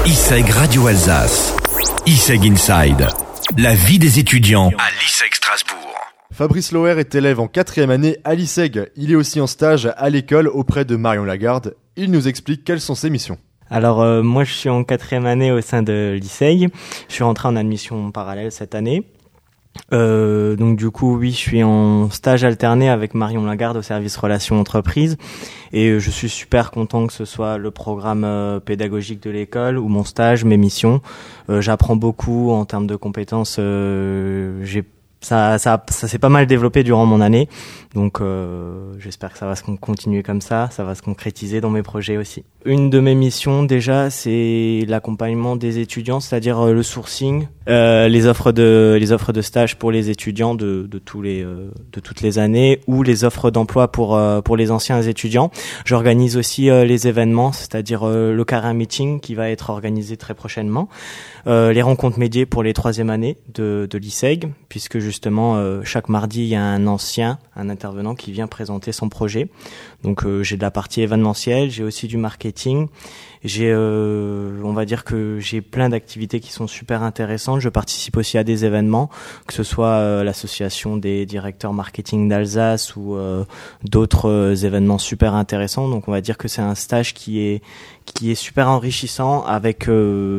ISEG Radio Alsace. ISEG Inside. La vie des étudiants à l'ISEG Strasbourg. Fabrice Loher est élève en 4e année à l'ISEG. Il est aussi en stage à l'école auprès de Marion Lagarde. Il nous explique quelles sont ses missions. Alors moi je suis en 4e année au sein de l'ISEG. Je suis rentré en admission parallèle cette année. Donc du coup oui, je suis en stage alterné avec Marion Lagarde au service relations entreprises et je suis super content que ce soit le programme pédagogique de l'école ou mon stage, mes missions. J'apprends beaucoup en termes de compétences. Ça s'est pas mal développé durant mon année, donc j'espère que ça va se continuer comme ça va se concrétiser dans mes projets aussi. Une de mes missions déjà, c'est l'accompagnement des étudiants, c'est-à-dire le sourcing, les offres de stage pour les étudiants de toutes les années ou les offres d'emploi pour les anciens étudiants. J'organise aussi les événements, c'est-à-dire le Career Meeting qui va être organisé très prochainement, les rencontres médias pour les 3e années de l'ISEG, puisque justement chaque mardi il y a un intervenant qui vient présenter son projet. Donc j'ai de la partie événementielle, j'ai aussi du marketing, on va dire que j'ai plein d'activités qui sont super intéressantes. Je participe aussi à des événements, que ce soit l'association des directeurs marketing d'Alsace ou d'autres événements super intéressants. Donc on va dire que c'est un stage qui est super enrichissant avec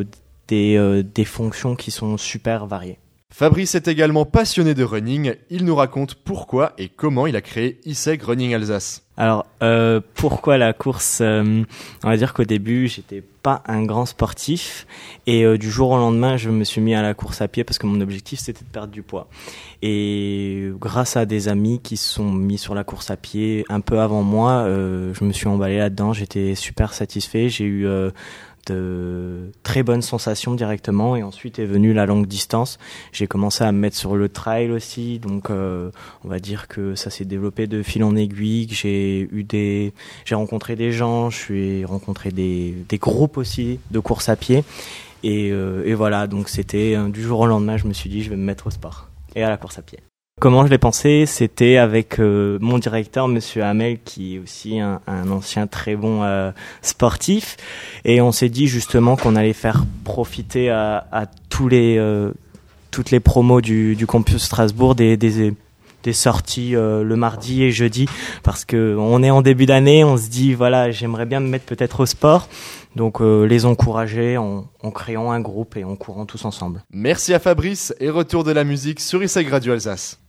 des fonctions qui sont super variées. Fabrice est également passionné de running. Il nous raconte pourquoi et comment il a créé ISEG Running Alsace. Alors, pourquoi la course On va dire qu'au début, j'étais pas un grand sportif et du jour au lendemain, je me suis mis à la course à pied parce que mon objectif, c'était de perdre du poids. Et grâce à des amis qui se sont mis sur la course à pied un peu avant moi, je me suis emballé là-dedans. J'étais super satisfait. J'ai eu de très bonnes sensations directement et ensuite est venue la longue distance. J'ai commencé à me mettre sur le trail aussi, donc on va dire que ça s'est développé de fil en aiguille, que j'ai rencontré des gens, j'ai rencontré des groupes aussi de course à pied et voilà, donc c'était du jour au lendemain, je me suis dit je vais me mettre au sport et à la course à pied. Comment je l'ai pensé, c'était avec mon directeur, Monsieur Hamel, qui est aussi un ancien très bon sportif, et on s'est dit justement qu'on allait faire profiter à toutes les promos du campus Strasbourg des sorties le mardi et jeudi, parce que on est en début d'année, on se dit voilà, j'aimerais bien me mettre peut-être au sport, donc les encourager en créant un groupe et en courant tous ensemble. Merci à Fabrice et retour de la musique sur ISEG Radio Alsace.